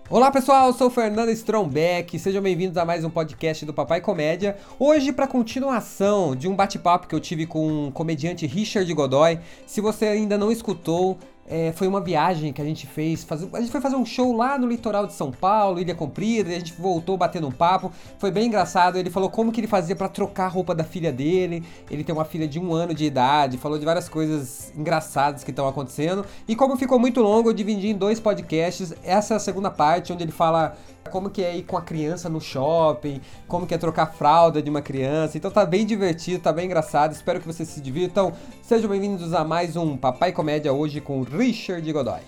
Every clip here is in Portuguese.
Olá pessoal, eu sou o Fernando Strombeck, sejam bem-vindos a mais um podcast do Papai Comédia. Hoje, para continuação de um bate-papo que eu tive com o comediante Richard Godoy. Se você ainda não escutou, foi uma viagem que a gente fez, a gente foi fazer um show lá no litoral de São Paulo, Ilha Comprida, e a gente voltou batendo um papo, foi bem engraçado. Ele falou como que ele fazia pra trocar a roupa da filha dele, ele tem uma filha de 1 ano de idade, falou de várias coisas engraçadas que estão acontecendo, e como ficou muito longo, eu dividi em 2 podcasts. Essa é a segunda parte, onde ele fala como que é ir com a criança no shopping, como que é trocar a fralda de uma criança. Então tá bem divertido, tá bem engraçado, espero que vocês se divirtam. Sejam bem-vindos a mais um Papai Comédia hoje com Richard Godoy.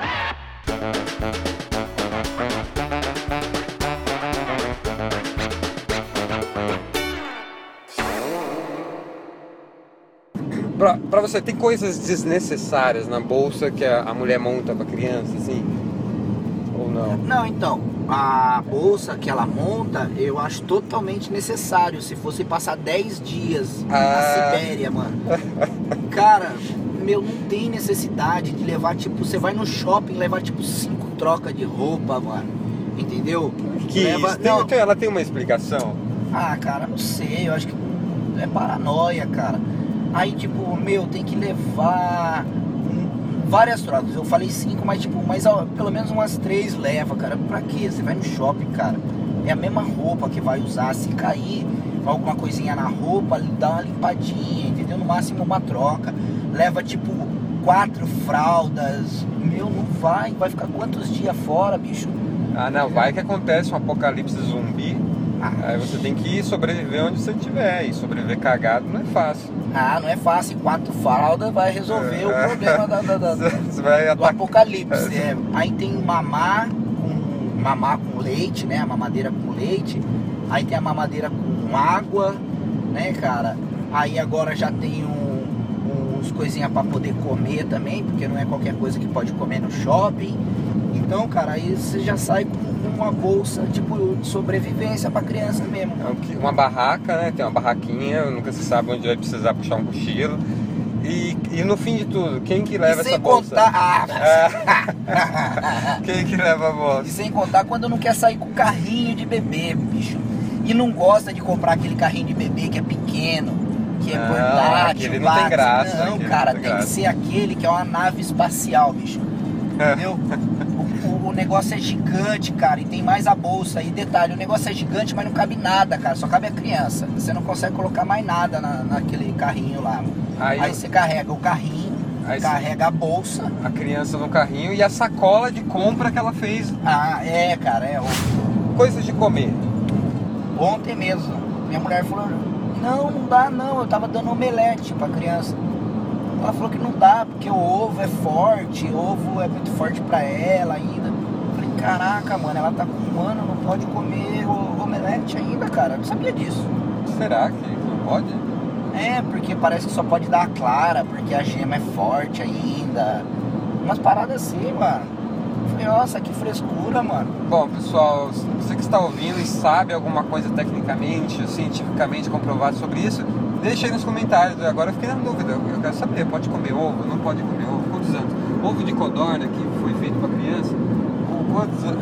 Pra você, tem coisas desnecessárias na bolsa que a mulher monta pra criança, assim? Ou não? Não, então, a bolsa que ela monta, eu acho totalmente necessário. Se fosse passar 10 dias na Sibéria, mano. Cara, não tem necessidade de levar, tipo, você vai no shopping levar, tipo, 5 trocas de roupa, mano. Entendeu? Que isso? Ela tem uma explicação? Ah, cara, não sei, eu acho que é paranoia, cara. Aí, tipo, tem que levar várias trocas. Eu falei 5, mas tipo, pelo menos umas 3 leva, cara. Pra quê? Você vai no shopping, cara. É a mesma roupa que vai usar. Se cair alguma coisinha na roupa, dá uma limpadinha, entendeu? No máximo uma troca. Leva tipo 4 fraldas. Não vai. Vai ficar quantos dias fora, bicho? Ah, não. Vai que acontece um apocalipse zumbi. Aí você tem que sobreviver onde você estiver. E sobreviver cagado não é fácil. Ah, não é fácil. 4 fraldas vai resolver o problema do apocalipse. Aí tem mamar com leite, né? A mamadeira com leite. Aí tem a mamadeira com água, né, cara? Aí agora já tem uns coisinhas pra poder comer também, porque não é qualquer coisa que pode comer no shopping. Então, cara, aí você já sai com uma bolsa, tipo, de sobrevivência pra criança mesmo. Uma barraca, né? Tem uma barraquinha, nunca se sabe onde vai precisar puxar um cochilo. E no fim de tudo, quem que leva essa bolsa? Quem que leva a bolsa? E sem contar quando não quer sair com o carrinho de bebê, bicho. E não gosta de comprar aquele carrinho de bebê que é pequeno, que é portátil. Ele não tem graça. Não, cara, tem que ser aquele que é uma nave espacial, bicho. Entendeu? O negócio é gigante, cara, e tem mais a bolsa. E detalhe, o negócio é gigante, mas não cabe nada, cara, só cabe a criança. Você não consegue colocar mais nada naquele carrinho lá. Aí você carrega o carrinho, carrega a bolsa. A criança no carrinho e a sacola de compra que ela fez. Cara, coisas de comer. Ontem mesmo, minha mulher falou, não dá não, eu tava dando omelete pra criança. Ela falou que não dá, porque o ovo é forte, o ovo é muito forte pra ela ainda. Eu falei, caraca, mano, ela tá com 1 ano, não pode comer omelete ainda, cara. Eu não sabia disso. Será que não pode? Porque parece que só pode dar a clara, porque a gema é forte ainda. Umas paradas assim, mano. Eu falei, nossa, que frescura, mano. Bom, pessoal, você que está ouvindo e sabe alguma coisa tecnicamente, cientificamente comprovada sobre isso, deixa aí nos comentários. Agora eu fiquei na dúvida, eu quero saber, pode comer ovo, não pode comer ovo? Quantos anos? Ovo de codorna que foi feito pra criança? Ou quantos anos?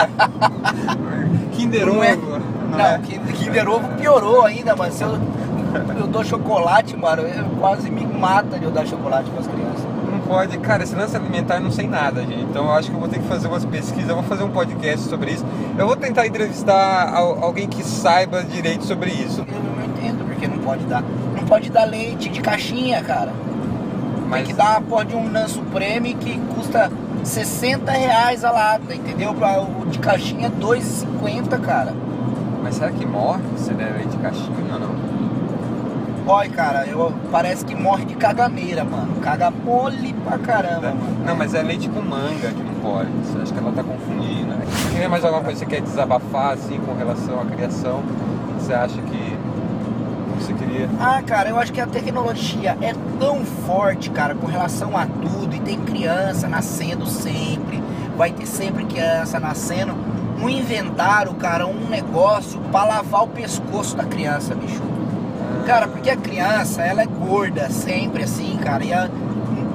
Kinder Ovo? Não, Kinder Ovo piorou ainda, mano. Se eu dou chocolate, mano, quase me mata de eu dar chocolate pras crianças. Não pode, cara, esse lance alimentar eu não sei nada, gente. Então eu acho que eu vou ter que fazer umas pesquisas, eu vou fazer um podcast sobre isso. Eu vou tentar entrevistar alguém que saiba direito sobre isso. Eu não entendo porque não pode dar. Não pode dar leite de caixinha, cara. Tem que dar uma porra de um Nan Supreme que custa R$60 a lata, entendeu? O de caixinha é R$2,50, cara. Mas será que morre se der leite de caixinha ou não? Morre, cara. Parece que morre de caganeira, mano. Caga mole pra caramba, mano. Não, mas é leite com manga que não pode. Você acha que ela tá confundindo, né? Tem mais alguma coisa que você quer desabafar, assim, com relação à criação? Você acha que você queria? Cara, eu acho que a tecnologia é tão forte, cara, com relação a tudo. E tem criança nascendo sempre. Vai ter sempre criança nascendo. Inventaram, cara, um negócio pra lavar o pescoço da criança, bicho. Cara, porque a criança, ela é gorda sempre assim, cara. E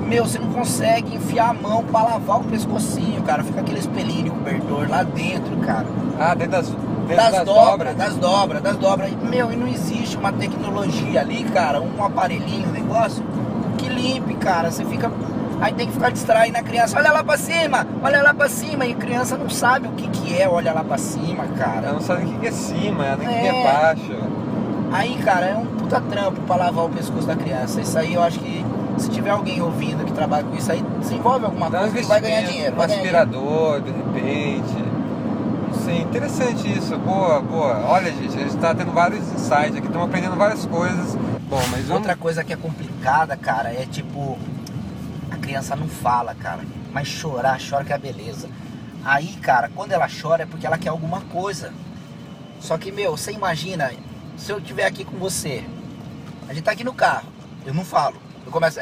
meu, você não consegue enfiar a mão pra lavar o pescocinho, cara. Fica aquele espelhinho cobertor lá dentro, cara. Ah, dentro das dobras. Das dobras. Meu, e não existe uma tecnologia ali, cara, um aparelhinho, um negócio que limpe, cara. Você fica... Aí tem que ficar distraindo a criança. Olha lá pra cima. E a criança não sabe o que é olha lá pra cima, cara. Ela não sabe o que é cima, nem o que é baixo. Aí, cara, é um puta trampo pra lavar o pescoço da criança. Isso aí eu acho que se tiver alguém ouvindo que trabalha com isso aí, desenvolve alguma coisa que vai ganhar dinheiro. Um aspirador, de repente. Sim, interessante isso. Boa. Olha, gente, a gente tá tendo vários insights aqui, estamos aprendendo várias coisas. Bom, mas outra coisa que é complicada, cara, é tipo... A criança não fala, cara, mas chora que é beleza. Aí, cara, quando ela chora é porque ela quer alguma coisa. Só que, meu, você imagina, se eu estiver aqui com você, a gente tá aqui no carro, eu não falo, eu começo...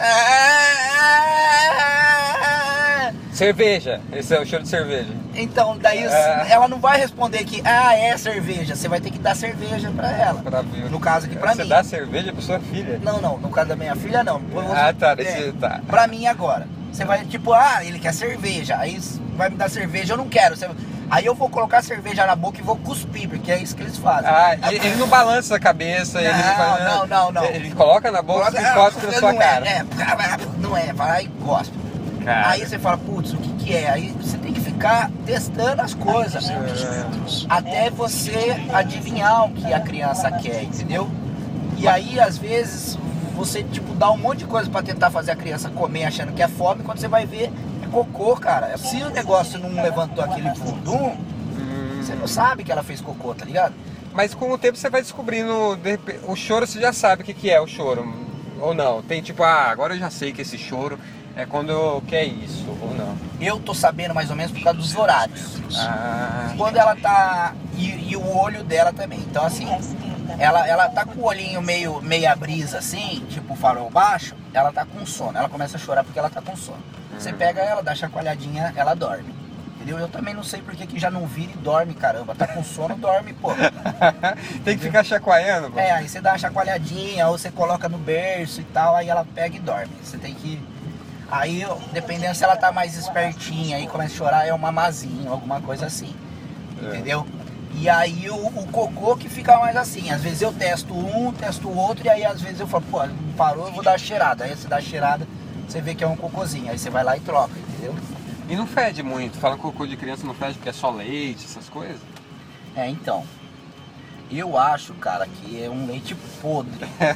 Cerveja, esse é o cheiro de cerveja. Então, daí ela não vai responder que, é cerveja, você vai ter que dar cerveja pra ela. No caso aqui pra mim. Você dá cerveja pra sua filha? Não, no caso da minha filha não. Tá. Pra mim agora. Você vai, tipo, ele quer cerveja, aí vai me dar cerveja, eu não quero. Aí eu vou colocar a cerveja na boca e vou cuspir, porque é isso que eles fazem. Ele não balança a cabeça, não. Ele coloca na boca e cospe na sua cara. Não é, vai lá e cospe. Cara. Aí você fala, putz, o que é? Aí você tem que ficar testando as coisas até você adivinhar o que a criança quer, entendeu? E aí, às vezes, você tipo dá um monte de coisa pra tentar fazer a criança comer achando que é fome, quando você vai ver, é cocô, cara. Se o negócio não levantou aquele fundum, você não sabe que ela fez cocô, tá ligado? Mas com o tempo você vai descobrindo, o choro você já sabe o que é o choro, ou não? Tem tipo, agora eu já sei que esse choro é quando eu quer isso, ou não? Eu tô sabendo mais ou menos por causa dos horários. Quando ela tá... E o olho dela também. Então assim, ela tá com o olhinho meia brisa assim, tipo farol baixo, ela tá com sono. Ela começa a chorar porque ela tá com sono. Você pega ela, dá chacoalhadinha, ela dorme. Entendeu? Eu também não sei porque que já não vira e dorme, caramba. Tá com sono, dorme, pô. Tem que ficar chacoalhando, pô. Aí você dá uma chacoalhadinha, ou você coloca no berço e tal, aí ela pega e dorme. Você tem que... Aí, dependendo se ela tá mais espertinha e começa a chorar, é um mamazinho, alguma coisa assim. Entendeu? E aí o cocô que fica mais assim. Às vezes eu testo um, testo o outro, e aí às vezes eu falo, pô, não parou, eu vou dar a cheirada. Aí você dá a cheirada, você vê que é um cocôzinho. Aí você vai lá e troca, entendeu? E não fede muito? Fala que cocô de criança não fede porque é só leite, essas coisas? Então. Eu acho, cara, que é um leite podre.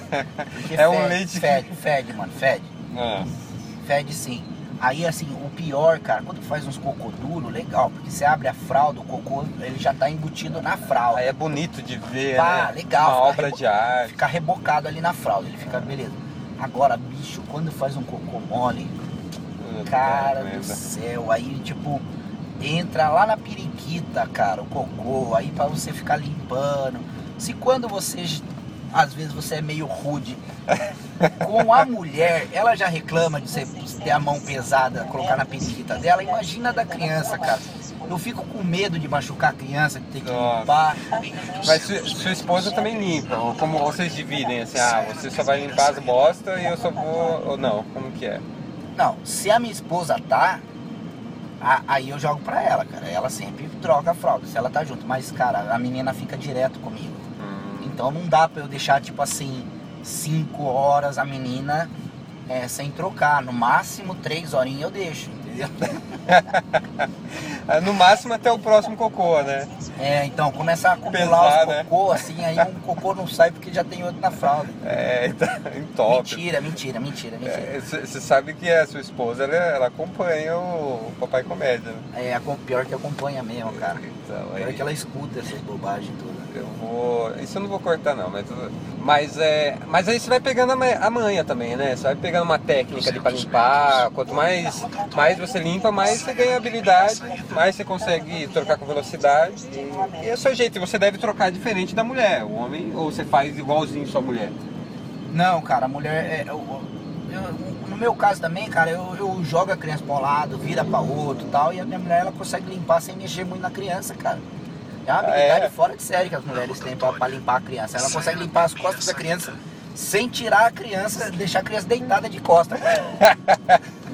Um leite... Fede, mano, fede. Fede sim. Aí assim, o pior, cara, quando faz uns cocô duro, legal, porque você abre a fralda, o cocô, ele já tá embutido na fralda. Aí é bonito de ver, né? Legal. Uma obra de arte. Fica rebocado ali na fralda, ele fica beleza. Agora, bicho, quando faz um cocô mole, cara do céu, aí tipo, entra lá na periquita, cara, o cocô, aí pra você ficar limpando. Se quando você... Às vezes você é meio rude com a mulher, ela já reclama de você ter a mão pesada, colocar na periquita dela. Imagina da criança, cara. Eu fico com medo de machucar a criança, de ter que limpar. Mas sua esposa também limpa? Ou como vocês dividem, assim, você só vai limpar as bosta e eu só vou... Ou não? Como que é? Não, se a minha esposa tá, aí eu jogo pra ela, cara. Ela sempre troca a fralda, se ela tá junto. Mas, cara, a menina fica direto comigo. Então não dá pra eu deixar, tipo assim, 5 horas a menina sem trocar. No máximo 3 horinhas eu deixo, entendeu? No máximo até o próximo cocô, né? Então começa a acumular os cocô, né? Assim, aí um cocô não sai porque já tem outro na fralda. Então, entope. Mentira. Você sabe que a sua esposa, ela acompanha o Papai Comédia, né? Pior que acompanha mesmo, cara. Então, pior que ela escuta essas bobagens todas. Isso eu não vou cortar não, mas aí você vai pegando a manha também, né? Você vai pegando uma técnica ali pra limpar. Quanto mais você limpa, mais você ganha habilidade, mais você consegue trocar com velocidade. E é o seu jeito, você deve trocar diferente da mulher. O homem, ou você faz igualzinho sua mulher? Não, cara, a mulher... no meu caso também, cara, eu jogo a criança pra um lado, vira pra outro e tal, e a minha mulher, ela consegue limpar sem mexer muito na criança, cara. É uma habilidade fora de série que as mulheres têm pra limpar a criança. Ela consegue limpar as costas da criança sem tirar a criança, deixar a criança deitada de costas.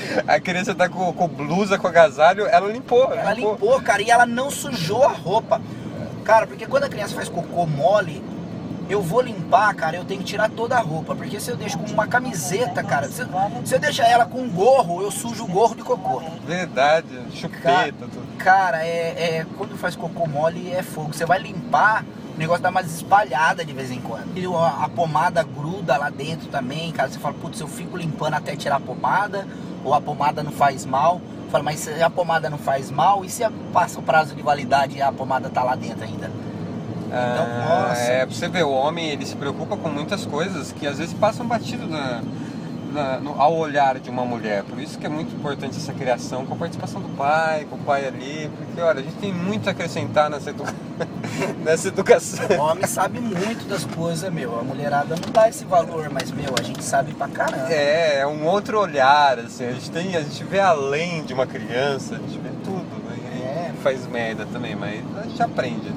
A criança tá com blusa, com agasalho, ela limpou. Ela limpou, cara, e ela não sujou a roupa. Cara, porque quando a criança faz cocô mole, eu vou limpar, cara, eu tenho que tirar toda a roupa. Porque se eu deixo com uma camiseta, cara, se eu deixar ela com um gorro, eu sujo o gorro de cocô. Verdade, chupeta, tudo. Cara, quando faz cocô mole é fogo. Você vai limpar, o negócio dá umas espalhadas de vez em quando. E a pomada gruda lá dentro também, cara. Você fala, putz, eu fico limpando até tirar a pomada, ou a pomada não faz mal. Fala, mas se a pomada não faz mal, e se passa o prazo de validade e a pomada tá lá dentro ainda? Então, nossa. Pra você ver, o homem, ele se preocupa com muitas coisas que às vezes passam batido ao olhar de uma mulher. Por isso que é muito importante essa criação com a participação do pai, com o pai ali, porque olha, a gente tem muito a acrescentar nessa educação. O homem sabe muito das coisas, meu. A mulherada não dá esse valor, mas, meu, a gente sabe pra caramba. É um outro olhar, assim, a gente vê além de uma criança, a gente vê tudo, né? Faz merda também, mas a gente aprende.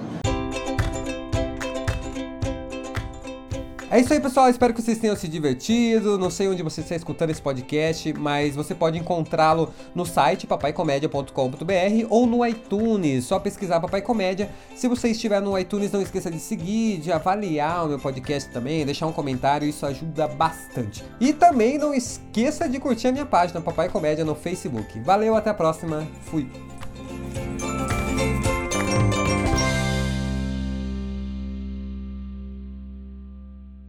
É isso aí, pessoal, espero que vocês tenham se divertido. Não sei onde você está escutando esse podcast, mas você pode encontrá-lo no site papaicomedia.com.br ou no iTunes, só pesquisar Papai Comédia. Se você estiver no iTunes, não esqueça de seguir, de avaliar o meu podcast também, deixar um comentário, isso ajuda bastante. E também não esqueça de curtir a minha página Papai Comédia no Facebook. Valeu, até a próxima, fui!